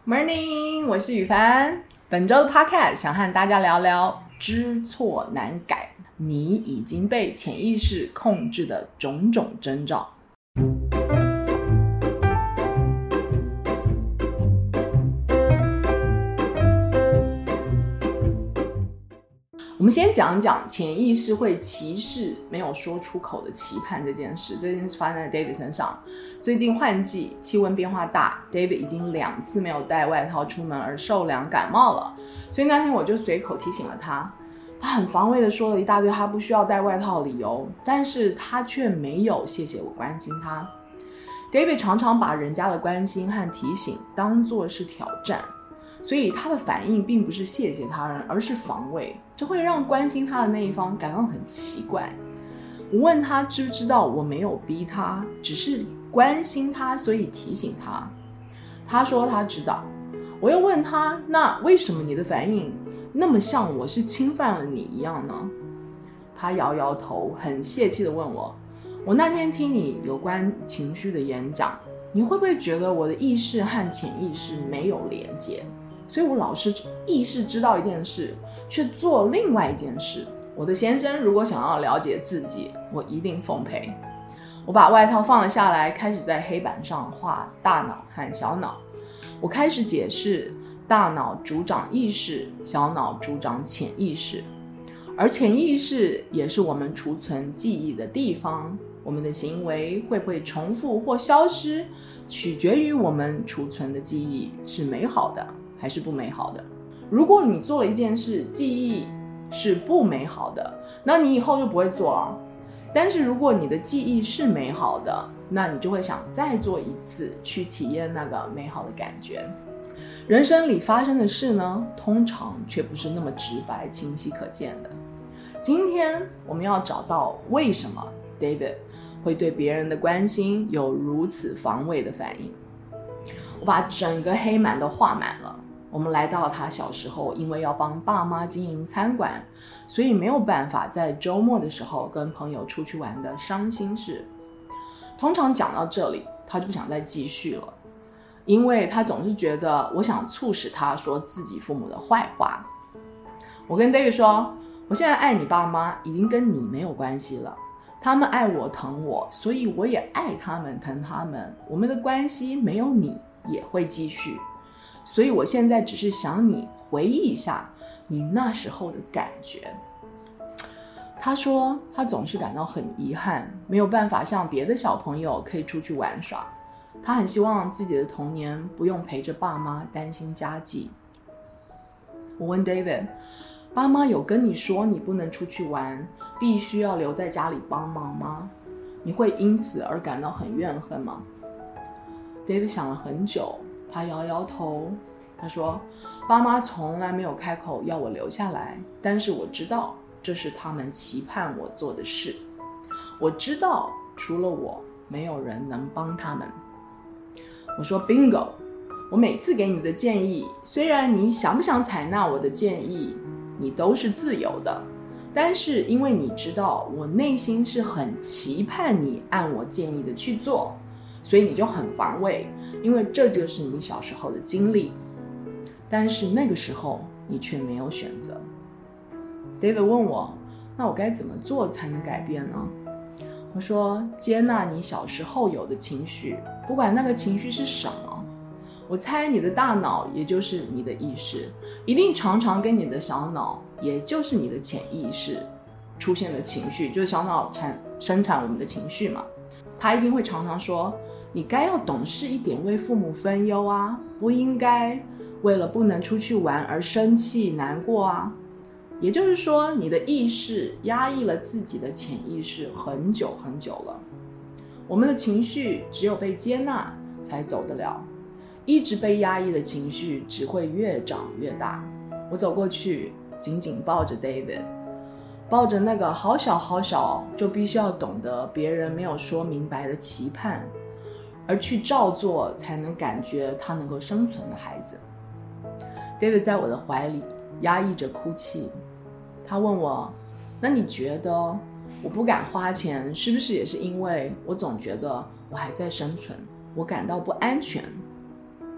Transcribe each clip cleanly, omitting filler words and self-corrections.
Morning， 我是宇凡。本周的 Podcast 想和大家聊聊知错难改，你已经被潜意识控制的种种征兆。我们先讲讲潜意识会歧视没有说出口的期盼这件事。这件事发生在 David 身上。最近换季，气温变化大， David 已经2次没有带外套出门而受凉感冒了，所以那天我就随口提醒了他。他很防卫的说了一大堆他不需要带外套的理由，但是他却没有谢谢我关心他。 David 常常把人家的关心和提醒当作是挑战，所以他的反应并不是谢谢他人，而是防卫，这会让关心他的那一方感到很奇怪。我问他知不知道我没有逼他，只是关心他，所以提醒他。他说他知道。我又问他，那为什么你的反应那么像我是侵犯了你一样呢？他摇摇头，很泄气地问我那天听你有关情绪的演讲，你会不会觉得我的意识和潜意识没有连接？所以我老是意识知道一件事，却做另外一件事。我的先生如果想要了解自己，我一定奉陪。我把外套放了下来，开始在黑板上画大脑和小脑。我开始解释，大脑主掌意识，小脑主掌潜意识，而潜意识也是我们储存记忆的地方。我们的行为会不会重复或消失，取决于我们储存的记忆是美好的还是不美好的。如果你做了一件事，记忆是不美好的，那你以后就不会做了。但是如果你的记忆是美好的，那你就会想再做一次，去体验那个美好的感觉。人生里发生的事呢，通常却不是那么直白清晰可见的。今天我们要找到为什么 David 会对别人的关心有如此防卫的反应。我把整个黑板都画满了。我们来到他小时候因为要帮爸妈经营餐馆，所以没有办法在周末的时候跟朋友出去玩的伤心事。通常讲到这里，他就不想再继续了，因为他总是觉得我想促使他说自己父母的坏话。我跟 David 说，我现在爱你爸妈已经跟你没有关系了，他们爱我疼我，所以我也爱他们疼他们，我们的关系没有你也会继续。所以我现在只是想你回忆一下你那时候的感觉。他说他总是感到很遗憾，没有办法像别的小朋友可以出去玩耍。他很希望自己的童年不用陪着爸妈担心家计。我问 David， 爸妈有跟你说你不能出去玩，必须要留在家里帮忙吗？你会因此而感到很怨恨吗？ David 想了很久，他摇摇头，他说爸妈从来没有开口要我留下来，但是我知道这是他们期盼我做的事。我知道除了我没有人能帮他们。我说 Bingo， 我每次给你的建议，虽然你想不想采纳我的建议，你都是自由的，但是因为你知道我内心是很期盼你按我建议的去做，所以你就很防卫，因为这就是你小时候的经历。但是那个时候你却没有选择。 David 问我，那我该怎么做才能改变呢？我说接纳你小时候有的情绪，不管那个情绪是什么。我猜你的大脑也就是你的意识，一定常常跟你的小脑也就是你的潜意识出现的情绪，就是小脑生产我们的情绪嘛。他一定会常常说，你该要懂事一点，为父母分忧啊，不应该为了不能出去玩而生气难过啊。也就是说，你的意识压抑了自己的潜意识很久很久了。我们的情绪只有被接纳才走得了，一直被压抑的情绪只会越长越大。我走过去，紧紧抱着 David， 抱着那个好小好小就必须要懂得别人没有说明白的期盼，而去照做才能感觉他能够生存的孩子。 David 在我的怀里压抑着哭泣。他问我，那你觉得我不敢花钱，是不是也是因为我总觉得我还在生存，我感到不安全？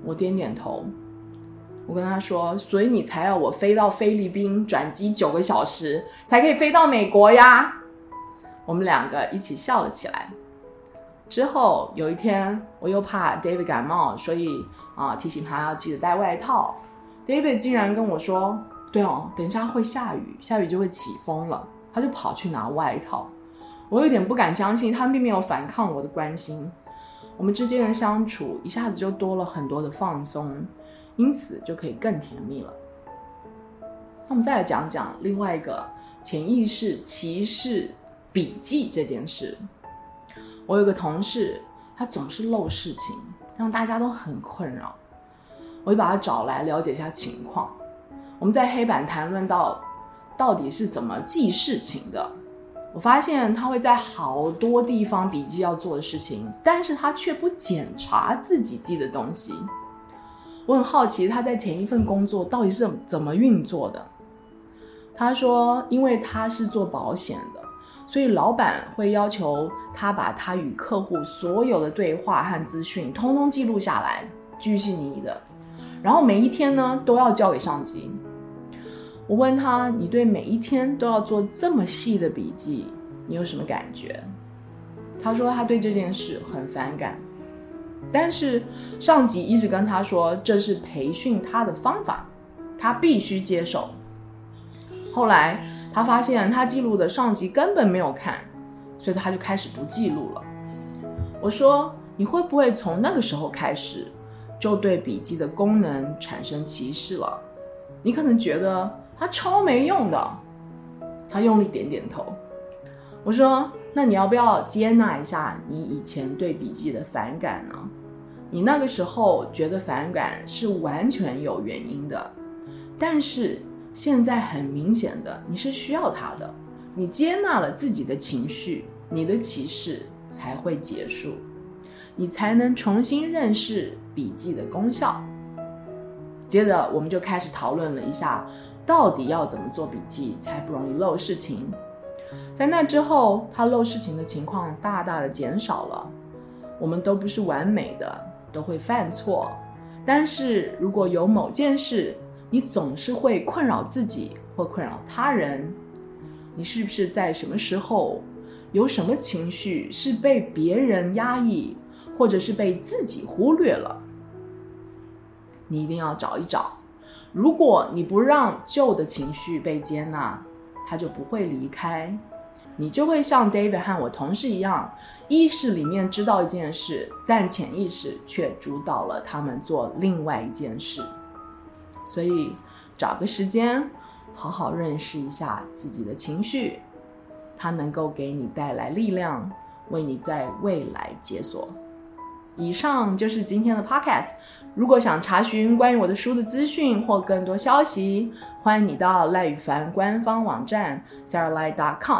我点点头，我跟他说，所以你才要我飞到菲律宾转机9个小时才可以飞到美国呀。我们2个一起笑了起来。之后有一天我又怕 David 感冒，所以提醒他要记得带外套。 David 竟然跟我说，对哦，等一下会下雨，下雨就会起风了，他就跑去拿外套。我有点不敢相信，他并没有反抗我的关心。我们之间的相处一下子就多了很多的放松，因此就可以更甜蜜了。那我们再来讲讲另外一个潜意识歧视笔记这件事。我有个同事，他总是漏事情，让大家都很困扰。我就把他找来了解一下情况。我们在黑板谈论到底是怎么记事情的。我发现他会在好多地方笔记要做的事情，但是他却不检查自己记的东西。我很好奇他在前一份工作到底是怎么运作的。他说，因为他是做保险的，所以老板会要求他把他与客户所有的对话和资讯通通记录下来，巨细靡遗的，然后每一天呢都要交给上级。我问他，你对每一天都要做这么细的笔记，你有什么感觉？他说他对这件事很反感，但是上级一直跟他说这是培训他的方法，他必须接受。后来他发现他记录的上级根本没有看，所以他就开始不记录了。我说，你会不会从那个时候开始就对笔记的功能产生歧视了？你可能觉得它超没用的。他用力点点头。我说，那你要不要接纳一下你以前对笔记的反感呢？你那个时候觉得反感是完全有原因的，但是现在很明显的你是需要它的，你接纳了自己的情绪，你的歧视才会结束，你才能重新认识笔记的功效。接着我们就开始讨论了一下，到底要怎么做笔记才不容易漏事情。在那之后，他漏事情的情况大大的减少了。我们都不是完美的，都会犯错，但是如果有某件事你总是会困扰自己或困扰他人，你是不是在什么时候有什么情绪是被别人压抑，或者是被自己忽略了？你一定要找一找。如果你不让旧的情绪被接纳，它就不会离开，你就会像 David 和我同事一样，意识里面知道一件事，但潜意识却主导了他们做另外一件事。所以找个时间好好认识一下自己的情绪，它能够给你带来力量，为你在未来解锁。以上就是今天的 podcast。 如果想查询关于我的书的资讯或更多消息，欢迎你到赖宇凡官方网站 saralye.com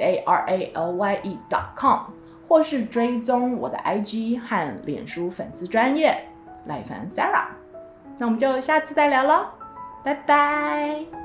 saralye.com， 或是追踪我的 IG 和脸书粉丝专页赖宇凡 Sarah。那我们就下次再聊了，拜拜。